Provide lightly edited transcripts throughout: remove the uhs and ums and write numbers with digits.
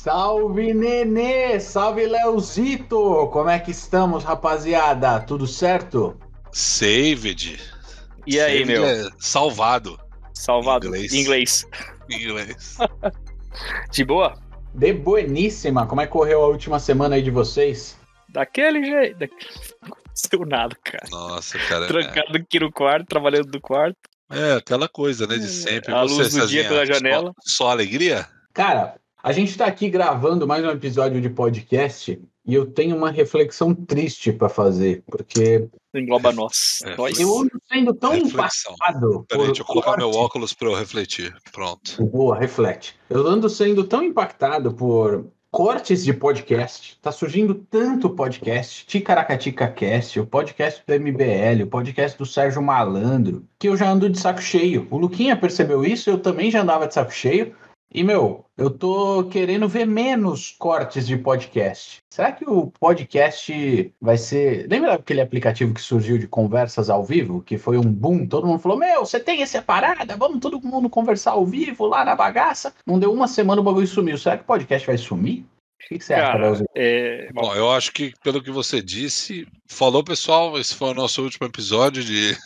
Salve, Nenê! Salve, Leozito! Como é que estamos, rapaziada? Tudo certo? Saved. E aí, Saved meu? É salvado. Salvado. Inglês. De boa? De bueníssima! Como é que correu a última semana aí de vocês? Daquele jeito. Não aconteceu nada, cara. Nossa, cara. Trancado aqui no quarto, trabalhando do quarto. É aquela coisa, né, de sempre. A luz do dia pela janela. Só alegria? Cara, a gente tá aqui gravando mais um episódio de podcast e eu tenho uma reflexão triste pra fazer, porque Engloba nós. Nós. eu ando sendo tão Reflexão. impactado Peraí, por deixa eu colocar meu cortes. óculos pra eu refletir. Pronto. Boa, reflete. Eu ando sendo tão impactado por cortes de podcast. Tá surgindo tanto podcast, Ticaracatica Cast, o podcast do MBL, o podcast do Sérgio Malandro, que eu já ando de saco cheio. O Luquinha percebeu isso, eu também já andava de saco cheio. E, eu tô querendo ver menos cortes de podcast. Será que o podcast vai ser... Lembra aquele aplicativo que surgiu de conversas ao vivo? Que foi um boom, todo mundo falou, você tem essa parada? Vamos todo mundo conversar ao vivo lá na bagaça. Não deu uma semana, o bagulho sumiu. Será que o podcast vai sumir? O que você acha, Leozinho? Bom, eu acho que, pelo que você disse... Falou, pessoal, esse foi o nosso último episódio de...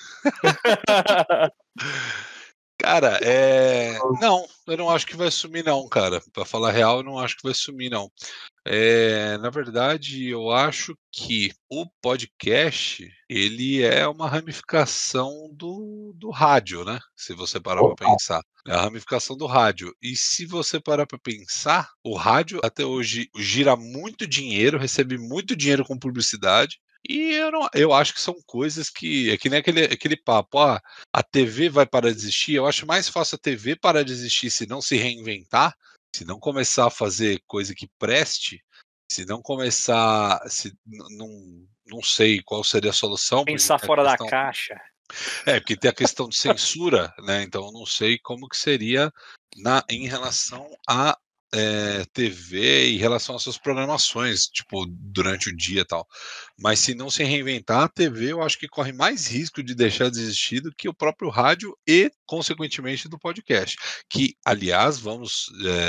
Cara, não, eu não acho que vai sumir não, cara. Pra falar a real, eu não acho que vai sumir não. Na verdade, eu acho que o podcast, ele é uma ramificação do rádio, né? Se você parar pra pensar. É a ramificação do rádio. E se você parar pra pensar, o rádio até hoje gira muito dinheiro, recebe muito dinheiro com publicidade. E eu acho que são coisas que... É que nem aquele papo, a TV vai parar de existir. Eu acho mais fácil a TV parar de existir se não se reinventar, se não começar a fazer coisa que preste, se não começar... Não sei qual seria a solução. Pensar fora da caixa. Porque tem a questão de censura, né? Então eu não sei como que seria em relação a TV, em relação às suas programações, tipo, durante o dia e tal. Mas se não se reinventar, a TV eu acho que corre mais risco de deixar de existir do que o próprio rádio e, consequentemente, do podcast. Que, aliás, vamos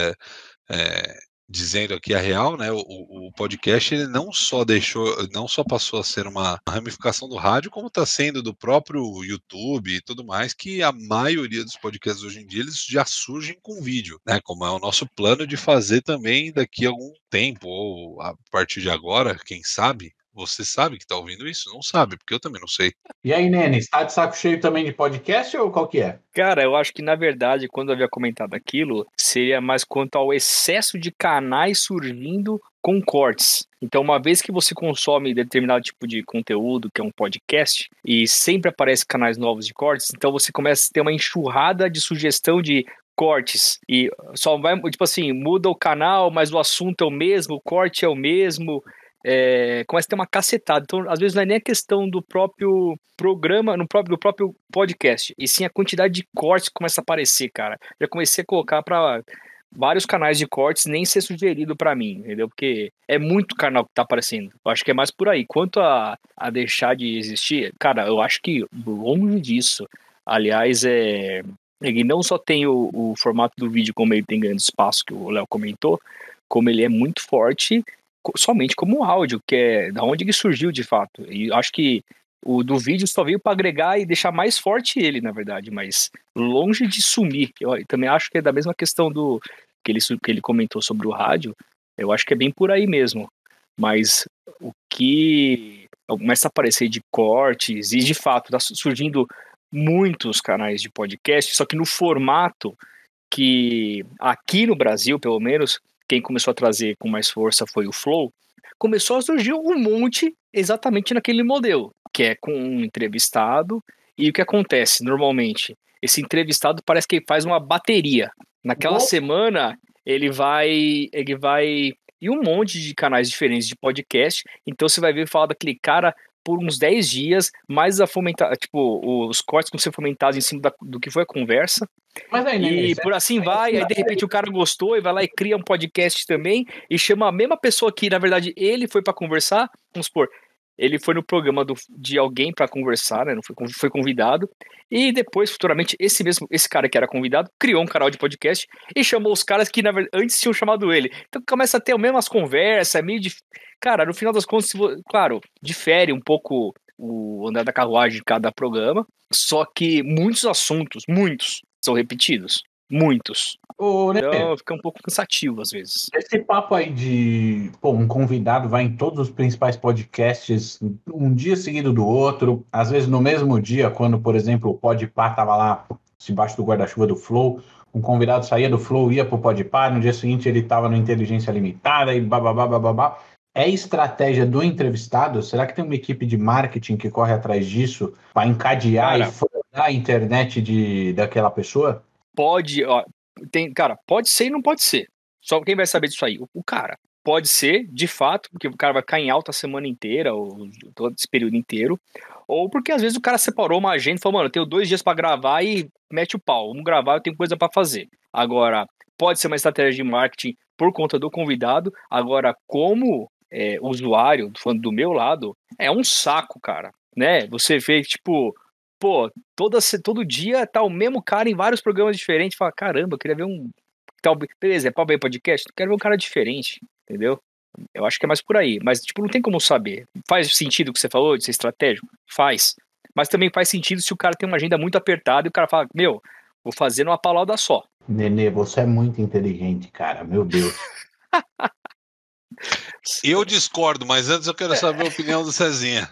dizendo aqui a real, né? O podcast ele não só passou a ser uma ramificação do rádio, como está sendo do próprio YouTube e tudo mais, que a maioria dos podcasts hoje em dia eles já surgem com vídeo, né? Como é o nosso plano de fazer também daqui a algum tempo, ou a partir de agora, quem sabe. Você sabe que está ouvindo isso? Não sabe, porque eu também não sei. E aí, Nene, está de saco cheio também de podcast ou qual que é? Cara, eu acho que, na verdade, quando eu havia comentado aquilo, seria mais quanto ao excesso de canais surgindo com cortes. Então, uma vez que você consome determinado tipo de conteúdo, que é um podcast, e sempre aparecem canais novos de cortes, então você começa a ter uma enxurrada de sugestão de cortes. E só vai, tipo assim, muda o canal, mas o assunto é o mesmo, o corte é o mesmo... começa a ter uma cacetada. Então, às vezes, não é nem a questão do próprio programa, do próprio podcast, e sim a quantidade de cortes que começa a aparecer, cara. Já comecei a colocar para vários canais de cortes nem ser sugerido para mim, entendeu? Porque é muito canal que tá aparecendo. Eu acho que é mais por aí. Quanto a deixar de existir, cara, eu acho que longe disso. Aliás, ele não só tem o formato do vídeo, como ele tem grande espaço, que o Léo comentou, como ele é muito forte somente como áudio, que é da onde ele surgiu de fato. E acho que o do vídeo só veio para agregar e deixar mais forte ele, na verdade, mas longe de sumir. Eu também acho que é da mesma questão do que ele comentou sobre o rádio, eu acho que é bem por aí mesmo. Mas o que começa a aparecer de cortes, e de fato está surgindo muitos canais de podcast, só que no formato que aqui no Brasil, pelo menos, quem começou a trazer com mais força foi o Flow, começou a surgir um monte exatamente naquele modelo, que é com um entrevistado, e o que acontece normalmente? Esse entrevistado parece que ele faz uma bateria. Naquela semana, ele vai e um monte de canais diferentes de podcast, então você vai ver falar daquele cara por uns 10 dias, mais os cortes vão ser fomentados em cima do que foi a conversa. Mas aí, e por assim vai, aí de repente o cara gostou e vai lá e cria um podcast também e chama a mesma pessoa que, na verdade, ele foi para conversar, vamos supor, ele foi no programa de alguém para conversar, né? Não foi convidado. E depois, futuramente, esse cara que era convidado criou um canal de podcast e chamou os caras que, na verdade, antes tinham chamado ele. Então começa a ter as mesmas conversas, meio de. Cara, no final das contas, claro, difere um pouco o andar da carruagem de cada programa, só que muitos assuntos, são repetidos. Muitos. Então fica um pouco cansativo às vezes. Esse papo aí de um convidado vai em todos os principais podcasts um dia seguido do outro, às vezes no mesmo dia, quando, por exemplo, o Podpah estava lá debaixo do guarda-chuva do Flow, um convidado saía do Flow, ia pro Podpah, no dia seguinte ele estava no Inteligência Limitada e bababá. É estratégia do entrevistado? Será que tem uma equipe de marketing que corre atrás disso para encadear e furar a internet daquela pessoa? Pode ser e não pode ser. Só quem vai saber disso aí? O cara. Pode ser, de fato, porque o cara vai ficar em alta a semana inteira, ou todo esse período inteiro, ou porque às vezes o cara separou uma agenda e falou, mano, eu tenho 2 dias pra gravar e mete o pau. Vamos gravar, eu tenho coisa pra fazer. Agora, pode ser uma estratégia de marketing por conta do convidado. Agora, como usuário, falando do meu lado, é um saco, cara. Né? Você vê, tipo... Pô, todo dia tá o mesmo cara em vários programas diferentes. Fala, caramba, eu queria ver um... Beleza, é pra ver podcast? Eu quero ver um cara diferente, entendeu? Eu acho que é mais por aí. Mas, tipo, não tem como saber. Faz sentido o que você falou de ser estratégico? Faz. Mas também faz sentido se o cara tem uma agenda muito apertada e o cara fala, meu, vou fazer numa paulada só. Nenê, você é muito inteligente, cara. Meu Deus. Eu discordo, mas antes eu quero saber a opinião do Cezinha.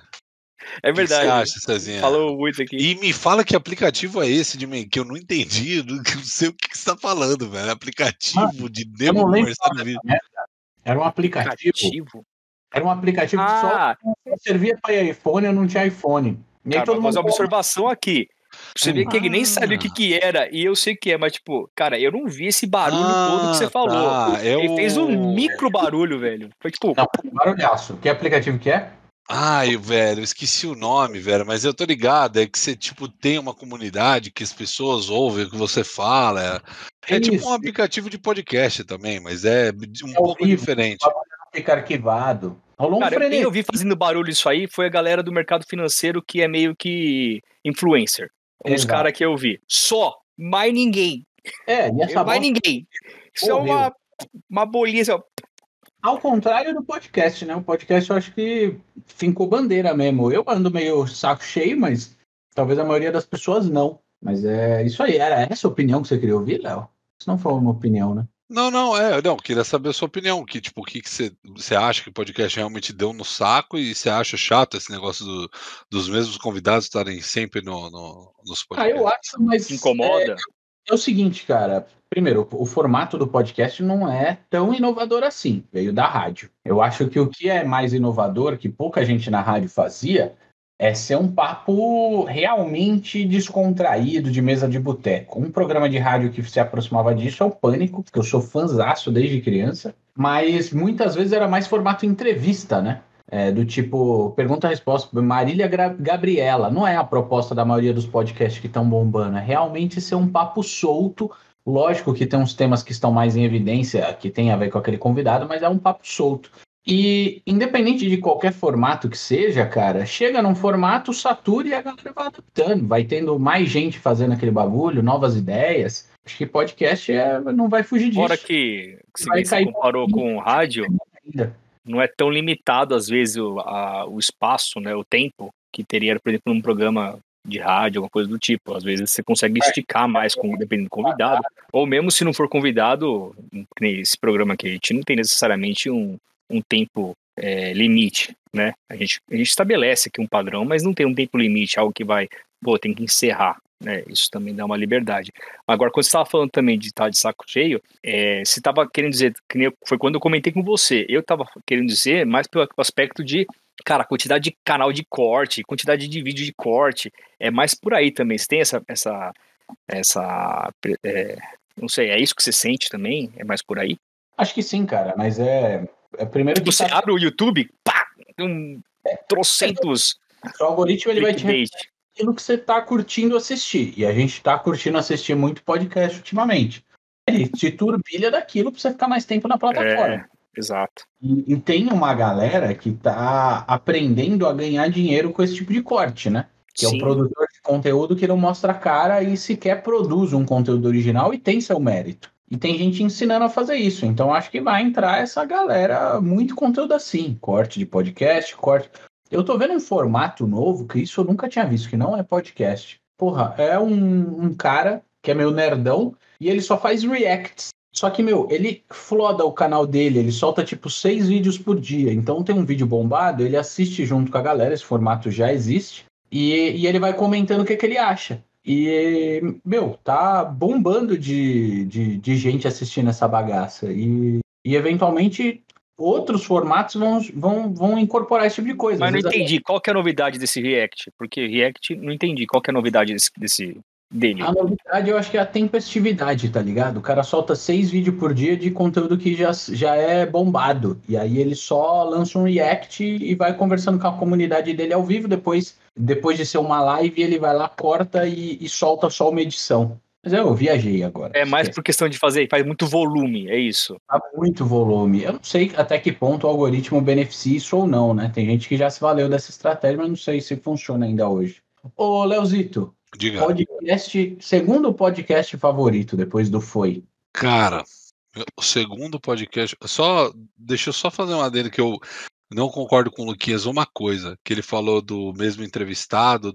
É verdade. O que você acha, Cezinha? Falou muito aqui. E me fala que aplicativo é esse que eu não entendi, não sei o que você está falando, velho. Aplicativo de nego conversar no vídeo. Era um aplicativo. Era um aplicativo que só servia para iPhone, eu não tinha iPhone. E aí todo mundo uma observação aqui. Você vê que ele nem sabia o que era, e eu sei o que é, mas tipo, cara, eu não vi esse barulho todo que você falou. Ele fez um micro barulho, velho. Foi tipo... Não, barulhaço. Que aplicativo que é? Ai, velho, eu esqueci o nome, velho, mas eu tô ligado, é que você, tipo, tem uma comunidade que as pessoas ouvem o que você fala. É tipo um aplicativo de podcast também, mas é um pouco diferente. Fica arquivado. Cara, quem eu vi fazendo barulho isso aí foi a galera do mercado financeiro que é meio que influencer. Os caras que eu vi. Só, mais ninguém. E essa mais ninguém. Isso é uma bolinha assim, ó. Ao contrário do podcast, né? O podcast eu acho que fincou bandeira mesmo. Eu ando meio saco cheio, mas talvez a maioria das pessoas não. Mas é isso aí. Era essa a opinião que você queria ouvir, Léo? Isso não foi uma opinião, né? Não, queria saber a sua opinião, que tipo, o que você acha que o podcast realmente deu no saco e você acha chato esse negócio dos mesmos convidados estarem sempre nos podcasts? Eu acho, mas... Incomoda? É o seguinte, cara. Primeiro, o formato do podcast não é tão inovador assim. Veio da rádio. Eu acho que o que é mais inovador, que pouca gente na rádio fazia, é ser um papo realmente descontraído, de mesa de boteco. Um programa de rádio que se aproximava disso é o Pânico, que eu sou fãzaço desde criança, mas muitas vezes era mais formato entrevista, né? Do tipo, pergunta-resposta, Marília Gabriela. Não é a proposta da maioria dos podcasts que estão bombando, é realmente ser um papo solto. Lógico que tem uns temas que estão mais em evidência, que tem a ver com aquele convidado, mas é um papo solto. E independente de qualquer formato que seja, cara, chega num formato, satura e a galera vai adaptando, vai tendo mais gente fazendo aquele bagulho, novas ideias. Acho que podcast não vai fugir disso. Fora que você comparou com o rádio, não é tão limitado às vezes o espaço, né, o tempo que teria, por exemplo, num programa de rádio, alguma coisa do tipo. Às vezes você consegue esticar mais, dependendo do convidado, ou mesmo se não for convidado, nesse programa aqui, a gente não tem necessariamente um tempo limite, né? A gente estabelece aqui um padrão, mas não tem um tempo limite, algo que tem que encerrar, né? Isso também dá uma liberdade. Agora, quando você estava falando também de estar de saco cheio, você estava querendo dizer, foi quando eu comentei com você, eu estava querendo dizer mais pelo aspecto de, cara, quantidade de canal de corte, quantidade de vídeo de corte, é mais por aí também. Você tem essa não sei, é isso que você sente também? É mais por aí? Acho que sim, cara, mas primeiro que você abre o YouTube, pá, trocentos. O algoritmo ele vai te repetir aquilo que você está curtindo assistir. E a gente está curtindo assistir muito podcast ultimamente. Ele te turbilha daquilo para você ficar mais tempo na plataforma. Exato. E tem uma galera que tá aprendendo a ganhar dinheiro com esse tipo de corte, né? Que é o Sim. produtor de conteúdo que não mostra a cara e sequer produz um conteúdo original e tem seu mérito. E tem gente ensinando a fazer isso. Então acho que vai entrar essa galera, muito conteúdo assim, corte de podcast, corte. Eu tô vendo um formato novo, que isso eu nunca tinha visto, que não é podcast. Porra, é um cara que é meio nerdão e ele só faz reacts. Só que, meu, ele floda o canal dele, ele solta tipo 6 vídeos por dia. Então tem um vídeo bombado, ele assiste junto com a galera, esse formato já existe, e ele vai comentando o que ele acha. E, meu, tá bombando de gente assistindo essa bagaça. E eventualmente outros formatos vão incorporar esse tipo de coisa. Mas Às não vezes entendi qual que é a novidade desse React, porque React, não entendi qual que é a novidade dele. a novidade eu acho que é a tempestividade, tá ligado? O cara solta 6 vídeos por dia de conteúdo que já é bombado. E aí ele só lança um react e vai conversando com a comunidade dele ao vivo. Depois de ser uma live, ele vai lá, corta e solta só uma edição. Mas eu viajei agora. É mais Esquece. por questão de faz muito volume, é isso. Tá muito volume. Eu não sei até que ponto o algoritmo beneficia isso ou não, né? Tem gente que já se valeu dessa estratégia, mas não sei se funciona ainda hoje. Ô, Leozito, Diga. podcast, segundo podcast favorito depois do Foi. Cara, o segundo podcast. Deixa eu só fazer uma dele que eu não concordo com o Luquinhas. Uma coisa que ele falou do mesmo entrevistado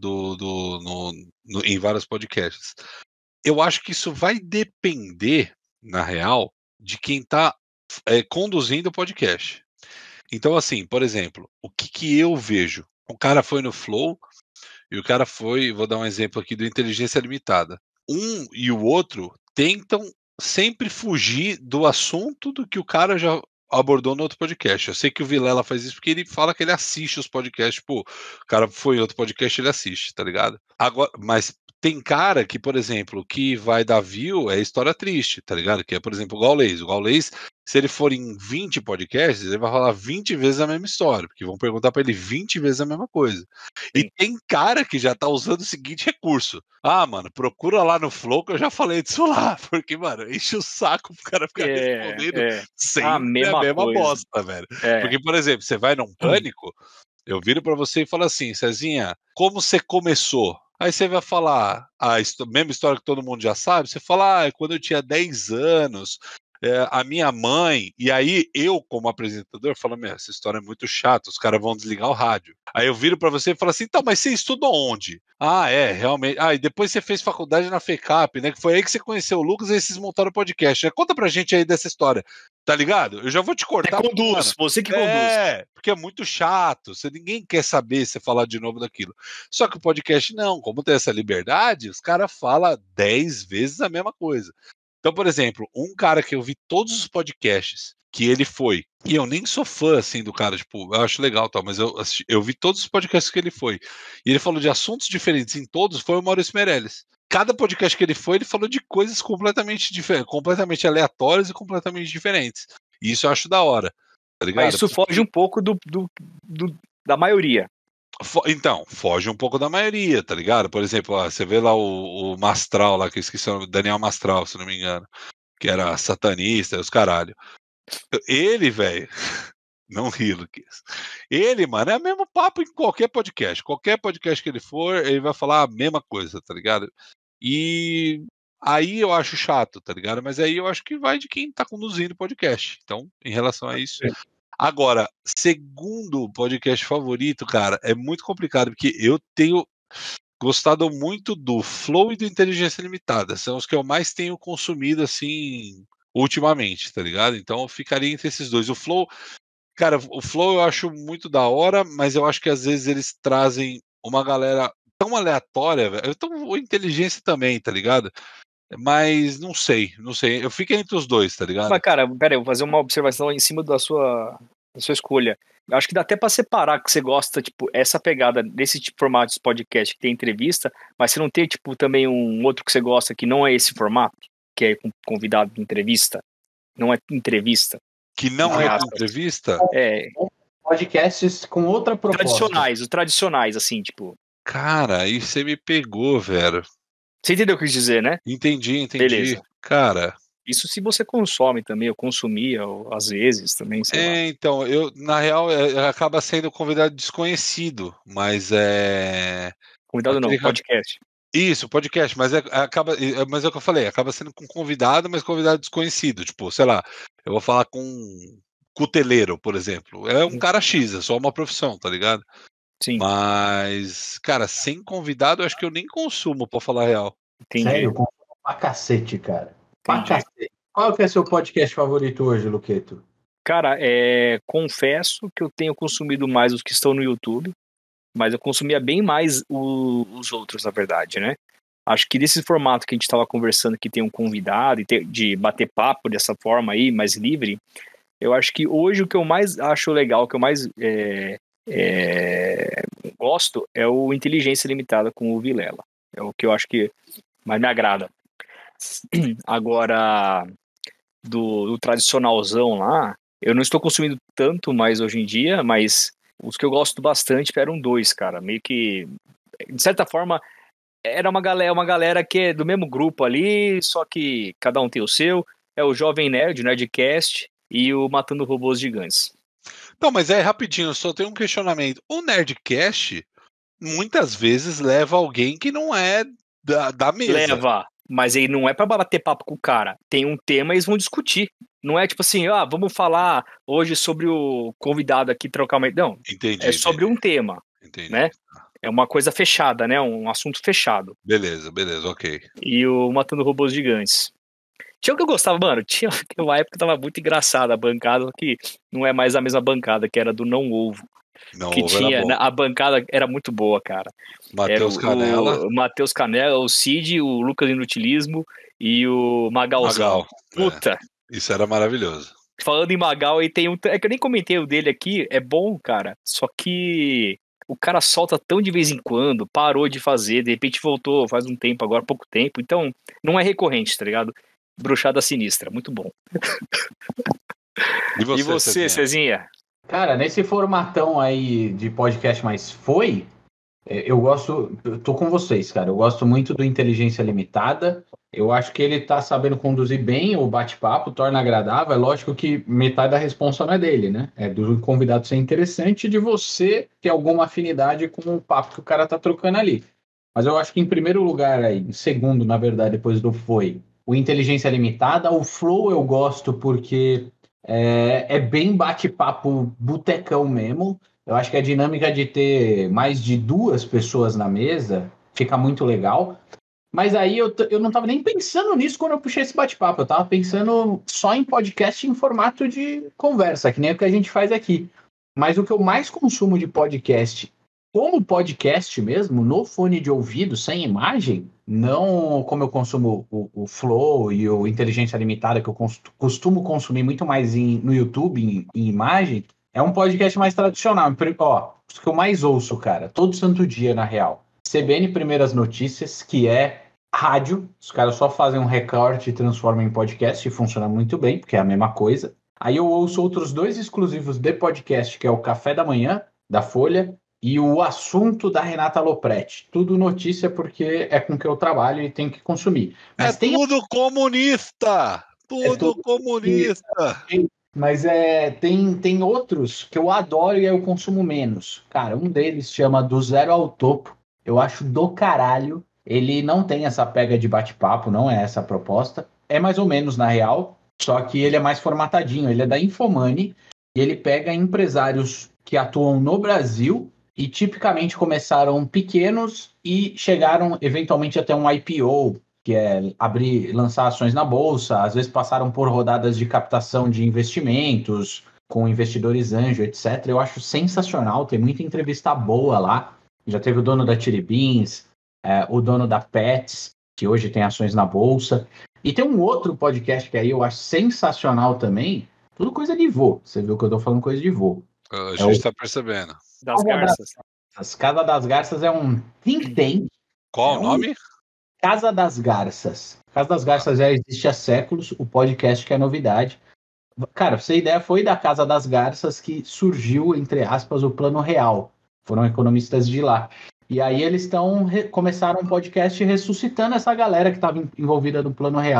em vários podcasts. Eu acho que isso vai depender, na real, de quem está conduzindo o podcast. Então, assim, por exemplo, o que eu vejo? O cara foi no Flow e o cara foi, vou dar um exemplo aqui do Inteligência Limitada. Um e o outro tentam sempre fugir do assunto do que o cara já abordou no outro podcast. Eu sei que o Vilela faz isso porque ele fala que ele assiste os podcasts. Pô, o cara foi em outro podcast, ele assiste, tá ligado? Agora, mas tem cara que, por exemplo, que vai dar view é história triste, tá ligado? Que é, por exemplo, o Gaules. O Gaules, se ele for em 20 podcasts, ele vai falar 20 vezes a mesma história, porque vão perguntar pra ele 20 vezes a mesma coisa. E Sim. tem cara que já tá usando o seguinte recurso. Ah, mano, procura lá no Flow que eu já falei disso lá. Porque, mano, enche o saco pro cara ficar respondendo sempre a mesma coisa. bosta, velho. Porque, por exemplo, você vai num Pânico, eu viro pra você e falo assim, Cezinha, como você começou? Aí você vai falar a mesma história que todo mundo já sabe, você fala, quando eu tinha 10 anos, a minha mãe, e aí eu, como apresentador, falo, essa história é muito chata, os caras vão desligar o rádio. Aí eu viro pra você e falo assim, então, mas você estudou onde? Ah, realmente. Ah, e depois você fez faculdade na FECAP, né? Que foi aí que você conheceu o Lucas e vocês montaram o podcast. Conta pra gente aí dessa história, tá ligado? Eu já vou te cortar. Você conduz, você que conduz. Porque é muito chato, ninguém quer saber você falar de novo daquilo. Só que o podcast não, como tem essa liberdade, os caras falam 10 vezes a mesma coisa. Então, por exemplo, um cara que eu vi todos os podcasts que ele foi, e eu nem sou fã, assim, do cara, tipo, eu acho legal, tal, mas eu vi todos os podcasts que ele foi, e ele falou de assuntos diferentes em todos, foi o Maurício Meirelles. Cada podcast que ele foi, ele falou de coisas completamente diferentes, completamente aleatórias e completamente diferentes. E isso eu acho da hora, tá ligado? Mas isso foge um pouco da maioria. Então, foge um pouco da maioria, tá ligado? Por exemplo, você vê lá o Mastral, lá, que eu esqueci o nome, Daniel Mastral, se não me engano, que era satanista, os caralho. Ele, velho, não ri, Luquinhas. Ele, mano, é o mesmo papo em qualquer podcast. Qualquer podcast que ele for, ele vai falar a mesma coisa, tá ligado? E aí eu acho chato, tá ligado? Mas aí eu acho que vai de quem tá conduzindo o podcast. Então, em relação a isso. Agora, segundo podcast favorito, cara, é muito complicado, porque eu tenho gostado muito do Flow e do Inteligência Limitada. São os que eu mais tenho consumido, assim, ultimamente, tá ligado? Então eu ficaria entre esses dois. O Flow, cara, o Flow eu acho muito da hora, mas eu acho que às vezes eles trazem uma galera tão aleatória, velho. O Inteligência também, tá ligado? Mas não sei. Eu fico entre os dois, tá ligado? Mas, cara, pera aí, eu vou fazer uma observação em cima da sua escolha. Eu acho que dá até pra separar que você gosta, tipo, essa pegada desse tipo de formato de podcast que tem entrevista, mas você não tem, tipo, também um outro que você gosta que não é esse formato, que é com convidado de entrevista. Não é entrevista. Que não é entrevista? É. Podcasts com outra proposta. Os tradicionais, assim, tipo. Cara, aí você me pegou, velho. Você entendeu o que eu quis dizer, né? Entendi. Beleza. Cara, Isso se você consome também, eu consumia, ou, às vezes também, sei lá. Então, na real, acaba sendo convidado desconhecido, mas Convidado não, podcast. Isso, podcast, mas mas é o que eu falei, acaba sendo com convidado, mas convidado desconhecido. Tipo, sei lá, eu vou falar com um cuteleiro, por exemplo. É um cara X, é só uma profissão, tá ligado? Sim. Mas, cara, sem convidado, eu acho que eu nem consumo, pra falar a real. Entendi. Sério, eu consumo pra cacete, cara. Pra Entendi. cacete. Qual que é seu podcast favorito hoje, Luqueto? Cara, confesso que eu tenho consumido mais os que estão no YouTube, mas eu consumia bem mais os outros, na verdade, né? Acho que desse formato que a gente estava conversando, que tem um convidado, e de bater papo dessa forma aí, mais livre, eu acho que hoje o que eu mais acho legal, o que eu mais gosto, é o Inteligência Limitada com o Vilela. É o que eu acho que mais me agrada. Agora, do tradicionalzão lá, eu não estou consumindo tanto mais hoje em dia, mas os que eu gosto bastante eram dois, cara. Meio que, de certa forma, era uma galera que é do mesmo grupo ali, só que cada um tem o seu. É o Jovem Nerd, o Nerdcast, e o Matando Robôs Gigantes. Não, mas rapidinho, eu só tenho um questionamento. O Nerdcast muitas vezes leva alguém que não é da mesa. Leva, mas aí não é pra bater papo com o cara. Tem um tema e eles vão discutir. Não é tipo assim, vamos falar hoje sobre o convidado aqui trocar uma... Não, entendi, é sobre um tema, entendi. Né? É uma coisa fechada, né? Um assunto fechado. Beleza, ok. E o Matando Robôs Gigantes. Tinha o que eu gostava, mano. Tinha uma época que tava muito engraçada a bancada, que não é mais a mesma bancada, que era do Não Ovo. Não que Ovo tinha, era bom. a bancada era muito boa, cara. Matheus Canela. O Matheus Canela, o Cid, o Lucas Inutilismo e o Magalzão. Puta. Isso era maravilhoso. Falando em Magal, aí tem um... É que eu nem comentei o dele aqui, é bom, cara. Só que o cara solta tão de vez em quando, parou de fazer, de repente voltou faz um tempo agora, pouco tempo. Então, não é recorrente, tá ligado? Bruxada Sinistra, muito bom. E você, Cezinha? Cara, nesse formatão aí de podcast, mas eu tô com vocês, cara. Eu gosto muito do Inteligência Limitada. Eu acho que ele tá sabendo conduzir bem o bate-papo, torna agradável. É lógico que metade da responsa não é dele, né? É do convidado ser interessante e de você ter alguma afinidade com o papo que o cara tá trocando ali. Mas eu acho que em primeiro lugar aí, em segundo, na verdade, depois do o Inteligência Limitada. O Flow eu gosto porque é bem bate-papo botecão mesmo. Eu acho que a dinâmica de ter mais de duas pessoas na mesa fica muito legal. Mas aí eu não estava nem pensando nisso quando eu puxei esse bate-papo. Eu estava pensando só em podcast em formato de conversa, que nem o que a gente faz aqui. Mas o que eu mais consumo de podcast, como podcast mesmo, no fone de ouvido, sem imagem, não como eu consumo o Flow e o Inteligência Limitada, que eu costumo consumir muito mais no YouTube, em imagem, é um podcast mais tradicional. Ó, os que eu mais ouço, cara, todo santo dia, na real. CBN Primeiras Notícias, que é rádio, os caras só fazem um recorte e transformam em podcast e funciona muito bem, porque é a mesma coisa. Aí eu ouço outros dois exclusivos de podcast, que é o Café da Manhã, da Folha, e o Assunto da Renata Lopretti. Tudo notícia porque é com que eu trabalho e tenho que consumir. Mas tudo comunista! Tudo comunista! Mas tem outros que eu adoro e eu consumo menos. Cara, um deles chama Do Zero ao Topo. Eu acho do caralho. Ele não tem essa pega de bate-papo, não é essa a proposta. É mais ou menos, na real. Só que ele é mais formatadinho. Ele é da Infomoney e ele pega empresários que atuam no Brasil e tipicamente começaram pequenos e chegaram eventualmente até um IPO, que é lançar ações na bolsa, às vezes passaram por rodadas de captação de investimentos, com investidores anjo, etc. Eu acho sensacional, tem muita entrevista boa lá. Já teve o dono da Chili Beans, o dono da Pets, que hoje tem ações na bolsa. E tem um outro podcast que aí eu acho sensacional também, tudo coisa de vô. Você viu que eu tô falando coisa de vô. A gente tá percebendo. Das Garças. Casa das Garças é um think tank. Qual o nome? Casa das Garças. Casa das Garças já existe há séculos, o podcast que é novidade. Cara, pra você ter ideia, foi da Casa das Garças que surgiu, entre aspas, o Plano Real. Foram economistas de lá. E aí eles começaram um podcast ressuscitando essa galera que estava envolvida no Plano Real.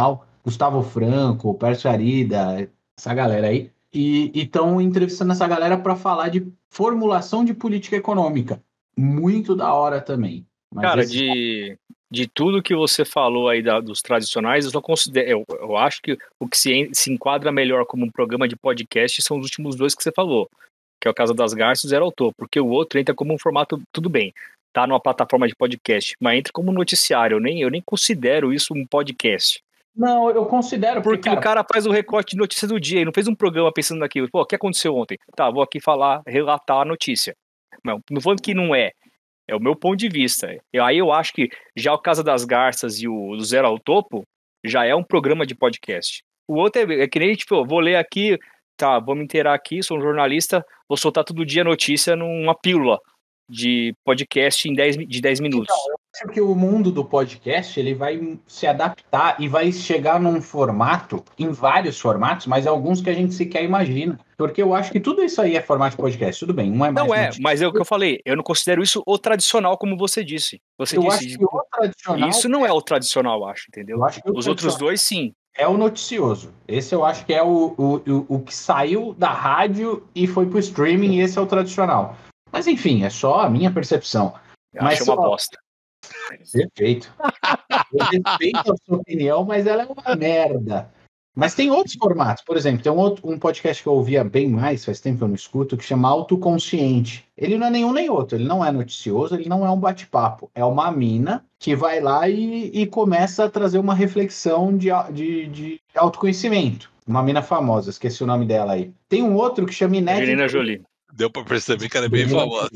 Gustavo Franco, Pércio Arida, essa galera aí, e estão entrevistando essa galera para falar de formulação de política econômica. Muito da hora também. Mas Cara, de tudo que você falou aí dos tradicionais, eu só considero, eu acho que o que se enquadra melhor como um programa de podcast são os últimos dois que você falou, que é o Casa das Garças e o Zero ao Topo, porque o outro entra como um formato, tudo bem, tá numa plataforma de podcast, mas entra como noticiário, eu nem considero isso um podcast. Não, eu considero, porque o cara faz o recorte de notícia do dia e não fez um programa pensando naquilo. Pô, o que aconteceu ontem? Tá, vou aqui relatar a notícia. Não falando que não é. É o meu ponto de vista. Aí eu acho que já o Casa das Garças e o Zero ao Topo já é um programa de podcast. O outro é que nem, tipo, vou ler aqui, tá, vou me inteirar aqui, sou um jornalista, vou soltar todo dia notícia numa pílula de podcast de 10 minutos. Então, eu acho que o mundo do podcast ele vai se adaptar e vai chegar num formato, em vários formatos, mas alguns que a gente sequer imagina. Porque eu acho que tudo isso aí é formato de podcast, tudo bem, um é mais... Não é, mas é o que eu falei, eu não considero isso o tradicional, como você disse. Você disse, acho que o tradicional... Isso não é o tradicional, eu acho, entendeu? Eu acho que os outros dois, sim. É o noticioso. Esse eu acho que é o que saiu da rádio e foi pro streaming, e esse é o tradicional. Mas enfim, é só a minha percepção. Mas acho uma bosta. Perfeito. Eu respeito a sua opinião, mas ela é uma merda. Mas tem outros formatos. Por exemplo, tem um podcast que eu ouvia bem mais, faz tempo que eu não escuto, que chama Autoconsciente. Ele não é nenhum nem outro. Ele não é noticioso, ele não é um bate-papo. É uma mina que vai lá e começa a trazer uma reflexão de autoconhecimento. Uma mina famosa, esqueci o nome dela aí. Tem um outro que chama Angelina Jolie. Deu pra perceber que ela é bem famosa.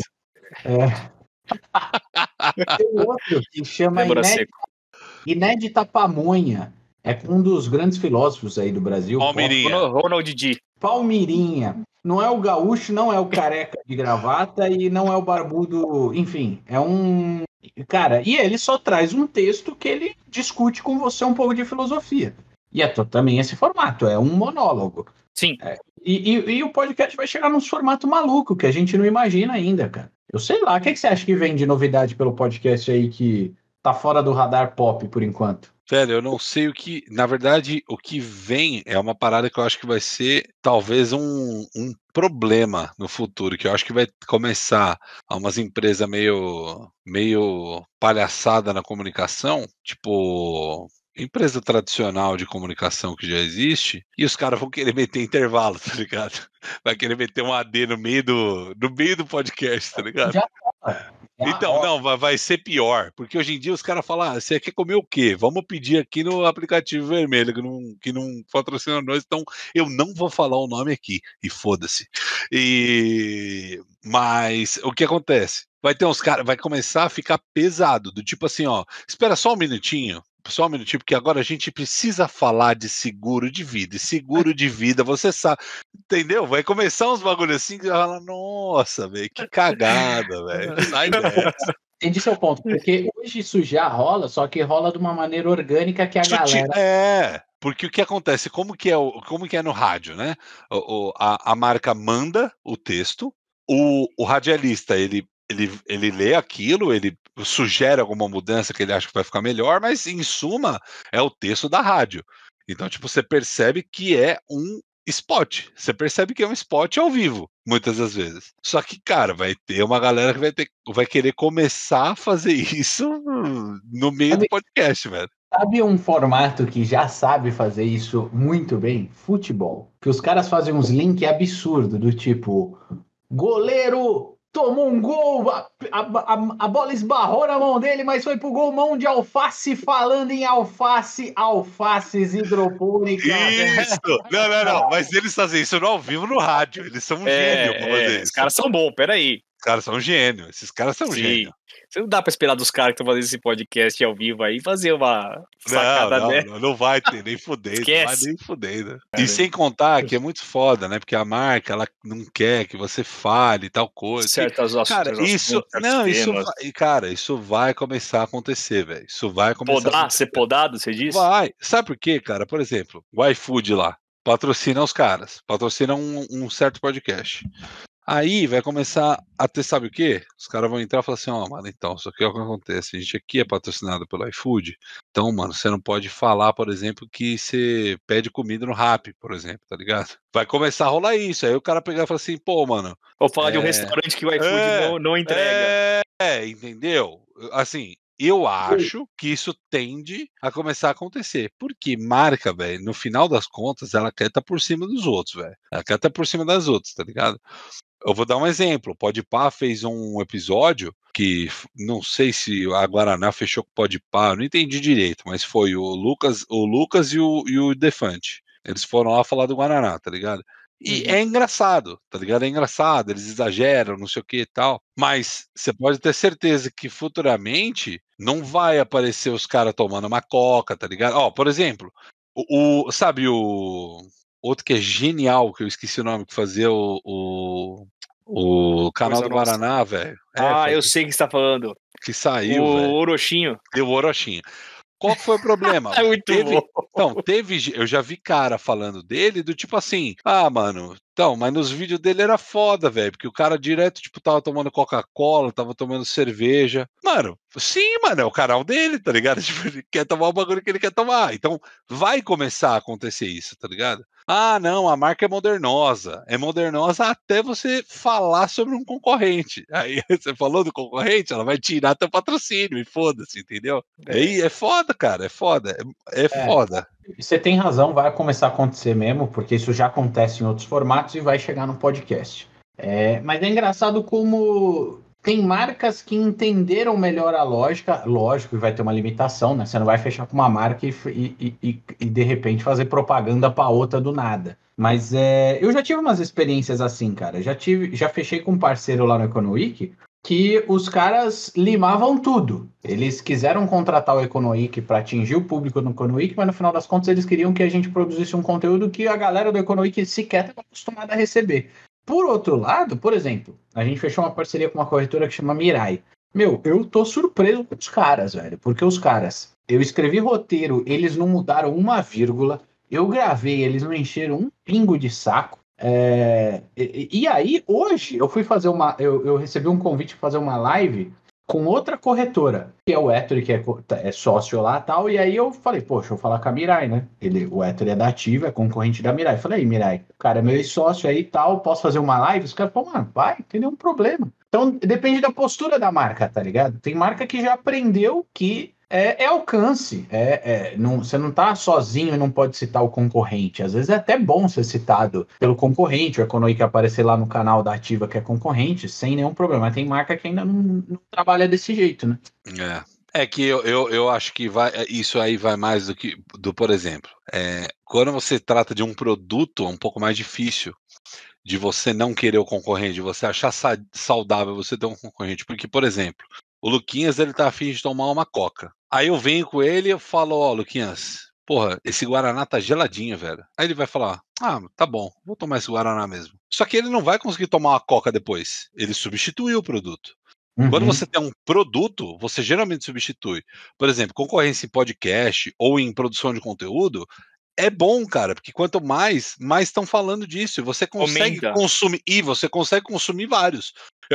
Tem outro que chama Inédita Pamonha. É um dos grandes filósofos aí do Brasil. Palmirinha. Ronald D. Palmirinha. Não é o gaúcho, não é o careca de gravata e não é o barbudo. Enfim, é um... Cara, e ele só traz um texto que ele discute com você um pouco de filosofia. E é também esse formato, é um monólogo. Sim. E o podcast vai chegar num formato maluco que a gente não imagina ainda, cara. Eu sei lá, o que você acha que vem de novidade pelo podcast aí que tá fora do radar pop por enquanto? Velho, eu não sei o que... Na verdade, o que vem é uma parada que eu acho que vai ser talvez um problema no futuro, que eu acho que vai começar a umas empresas meio palhaçada na comunicação, tipo... empresa tradicional de comunicação que já existe, e os caras vão querer meter intervalo, tá ligado? Vai querer meter um AD no meio do podcast, tá ligado? Então, não, vai ser pior, porque hoje em dia os caras falam, você quer comer o quê? Vamos pedir aqui no aplicativo vermelho, que não patrocina nós, então eu não vou falar o nome aqui, e foda-se. Mas o que acontece? Vai ter uns caras, vai começar a ficar pesado, do tipo assim, ó, espera só um minutinho, porque agora a gente precisa falar de seguro de vida. E seguro de vida, você sabe, entendeu? Vai começar uns bagulho assim que você fala, nossa, velho, que cagada, velho. Sai dessa. Entendi seu ponto, porque hoje isso já rola, só que rola de uma maneira orgânica que a galera... Porque o que acontece, como que é no rádio, né? A marca manda o texto, o radialista, ele lê aquilo, ele sugere alguma mudança que ele acha que vai ficar melhor, mas em suma é o texto da rádio. Então, tipo, você percebe que é um spot. Você percebe que é um spot ao vivo, muitas das vezes. Só que, cara, vai ter uma galera que vai querer começar a fazer isso no meio do podcast, velho. Sabe um formato que já sabe fazer isso muito bem? Futebol. Que os caras fazem uns links absurdos, do tipo, goleiro tomou um gol, a bola esbarrou na mão dele, mas foi pro gol, mão de alface, falando em alfaces hidropônicas. Isso! Não, mas eles fazem isso ao vivo no rádio, eles são um gênio pra fazer isso. Os caras são bons, peraí. Os caras são gênios, esses caras são gênios. Você não dá pra esperar dos caras que estão fazendo esse podcast ao vivo aí fazer uma sacada dessa. Não vai ter, nem fudendo. Não vai nem fudendo. E sem contar que é muito foda, né? Porque a marca, ela não quer que você fale e tal coisa. Certas isso vai começar a acontecer, velho. Isso vai começar a ser podado, você disse? Vai. Sabe por quê, cara? Por exemplo, o iFood lá patrocina os caras, patrocina um certo podcast. Aí vai começar a ter, sabe o quê? Os caras vão entrar e falar assim, mano, então, isso aqui é o que acontece. A gente aqui é patrocinado pelo iFood, então, mano, você não pode falar, por exemplo, que você pede comida no Rappi, por exemplo, tá ligado? Vai começar a rolar isso. Aí o cara pegar e falar assim, pô, mano... Ou falar de um restaurante que o iFood não entrega. Entendeu? Assim, eu acho que isso tende a começar a acontecer. Porque marca, velho, no final das contas, ela quer estar por cima dos outros, velho. Ela quer estar por cima das outras, tá ligado? Eu vou dar um exemplo. O Podpah fez um episódio que não sei se a Guaraná fechou com o Podpah, eu não entendi direito, mas foi o Lucas e o Defante. Eles foram lá falar do Guaraná, tá ligado? E é engraçado, tá ligado? É engraçado, eles exageram, não sei o que e tal. Mas você pode ter certeza que futuramente não vai aparecer os caras tomando uma coca, tá ligado? Ó, por exemplo, sabe o outro que é genial, que eu esqueci o nome, que fazia o canal do Guaraná, velho. Eu sei o que você tá falando. Que saiu, velho. O Orochinho. E o Orochinho. Qual que foi o problema? É muito bom. Então, eu já vi cara falando dele do tipo assim, mano, então, mas nos vídeos dele era foda, velho, porque o cara direto, tipo, tava tomando Coca-Cola, tava tomando cerveja. Mano, sim, mano, é o canal dele, tá ligado? Tipo, ele quer tomar o bagulho que ele quer tomar. Então, vai começar a acontecer isso, tá ligado? Não, a marca é modernosa. É modernosa até você falar sobre um concorrente. Aí você falou do concorrente, ela vai tirar teu patrocínio e foda-se, entendeu? Aí é foda, cara, é foda. É foda. Você tem razão, vai começar a acontecer mesmo, porque isso já acontece em outros formatos e vai chegar no podcast. Mas é engraçado como tem marcas que entenderam melhor a lógica, lógico que vai ter uma limitação, né? Você não vai fechar com uma marca e de repente fazer propaganda para outra do nada. Mas eu já tive umas experiências assim, cara. Já fechei com um parceiro lá no Econoweek que os caras limavam tudo. Eles quiseram contratar o Econoweek para atingir o público no Econoweek, mas no final das contas eles queriam que a gente produzisse um conteúdo que a galera do Econoweek sequer estava acostumada a receber. Por outro lado, por exemplo, a gente fechou uma parceria com uma corretora que chama Mirai. Meu, eu tô surpreso com os caras, velho, porque os caras, eu escrevi roteiro, eles não mudaram uma vírgula, eu gravei, eles não encheram um pingo de saco. E aí, hoje, eu fui fazer eu recebi um convite para fazer uma live com outra corretora, que é o Ettore, que é sócio lá e tal, e aí eu falei, poxa, eu vou falar com a Mirai, né? O Ettore é da Ativa, é concorrente da Mirai. Eu falei, aí, Mirai, o cara é meu sócio aí e tal, posso fazer uma live? Os caras falaram, mano, vai, não tem nenhum problema. Então, depende da postura da marca, tá ligado? Tem marca que já aprendeu que é alcance. Você não está sozinho e não pode citar o concorrente. Às vezes é até bom ser citado pelo concorrente, o Econoweek aparecer lá no canal da Ativa que é concorrente, sem nenhum problema. Mas tem marca que ainda não trabalha desse jeito, né? É que eu acho que isso aí vai mais por exemplo, quando você trata de um produto, é um pouco mais difícil de você não querer o concorrente, de você achar saudável você ter um concorrente. Porque, por exemplo, o Luquinhas, ele tá afim de tomar uma coca. Aí eu venho com ele e falo, Luquinhas, porra, esse Guaraná tá geladinho, velho. Aí ele vai falar, tá bom, vou tomar esse Guaraná mesmo. Só que ele não vai conseguir tomar uma coca depois. Ele substituiu o produto. Quando você tem um produto, você geralmente substitui. Por exemplo, concorrência em podcast ou em produção de conteúdo, é bom, cara, porque quanto mais estão falando disso, você consegue consumir, e você consegue consumir vários.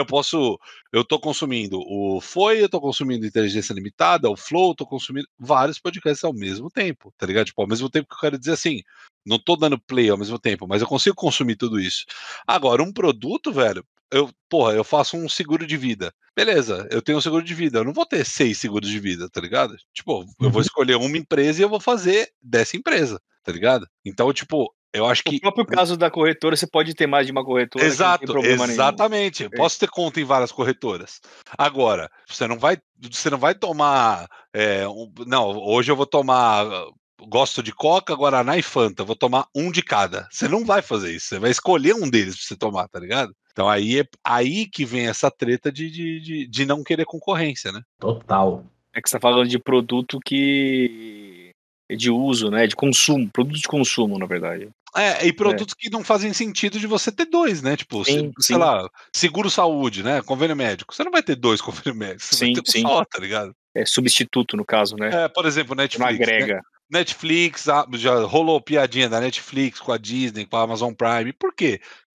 Eu tô consumindo o Foi, eu tô consumindo Inteligência Limitada, o Flow, eu tô consumindo vários podcasts ao mesmo tempo, tá ligado? Tipo, ao mesmo tempo que eu quero dizer assim, não tô dando play ao mesmo tempo, mas eu consigo consumir tudo isso. Agora, um produto, velho, eu faço um seguro de vida. Beleza, eu tenho um seguro de vida, eu não vou ter 6 seguros de vida, tá ligado? Tipo, eu vou escolher uma empresa e eu vou fazer dessa empresa, tá ligado? Então, tipo, eu acho que... No próprio caso da corretora, você pode ter mais de uma corretora. Exato, que não tem problema exatamente. Nenhum. Posso ter conta em várias corretoras. Agora, você não vai tomar... não, hoje eu vou tomar... Gosto de Coca, Guaraná e Fanta. Vou tomar um de cada. Você não vai fazer isso. Você vai escolher um deles pra você tomar, tá ligado? Então aí que vem essa treta de não querer concorrência, né? Total. É que você tá falando de produto que é de uso, né? De consumo. Produto de consumo, na verdade. E produtos que não fazem sentido de você ter dois, né? Tipo, sei lá, seguro saúde, né? Convênio médico. Você não vai ter dois convênio médicos. Você vai ter um só, tá ligado? É substituto, no caso, né? Por exemplo, Netflix. Não agrega. Né? Netflix, já rolou piadinha da Netflix com a Disney, com a Amazon Prime. Por quê?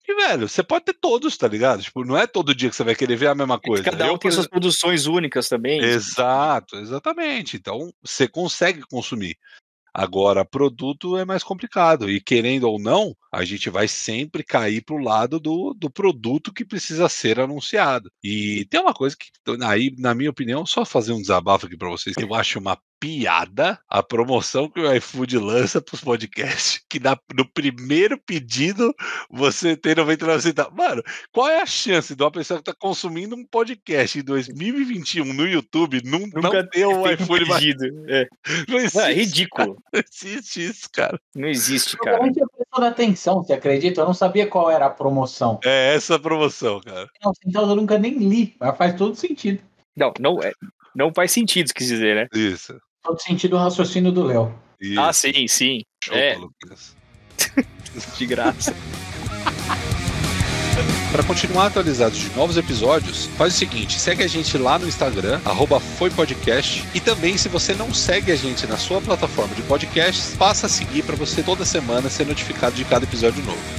E, velho, você pode ter todos, tá ligado? Tipo, não é todo dia que você vai querer ver a mesma coisa. Cada um tem suas produções únicas também. Exato, exatamente. Então, você consegue consumir. Agora, produto é mais complicado. E querendo ou não, a gente vai sempre cair pro lado do produto que precisa ser anunciado. E tem uma coisa que, aí, na minha opinião, só fazer um desabafo aqui pra vocês, eu acho uma piada a promoção que o iFood lança pros podcasts, que no primeiro pedido você tem 99 centavos. Mano, qual é a chance de uma pessoa que tá consumindo um podcast em 2021 no YouTube não ter um iFood pedido? Não existe. É ridículo. Não existe isso, cara. Não existe, cara. Eu não tinha prestado atenção, você acredita? Eu não sabia qual era a promoção. É essa a promoção, cara. Não, então eu nunca nem li, mas faz todo sentido. Não faz sentido, quis dizer, né? Isso. Todo sentido o raciocínio do Léo. Isso. Ah, sim. Show, Lucas. De graça. Para continuar atualizado de novos episódios, faz o seguinte, segue a gente lá no Instagram, @foipodcast, e também, se você não segue a gente na sua plataforma de podcasts, passa a seguir para você toda semana ser notificado de cada episódio novo.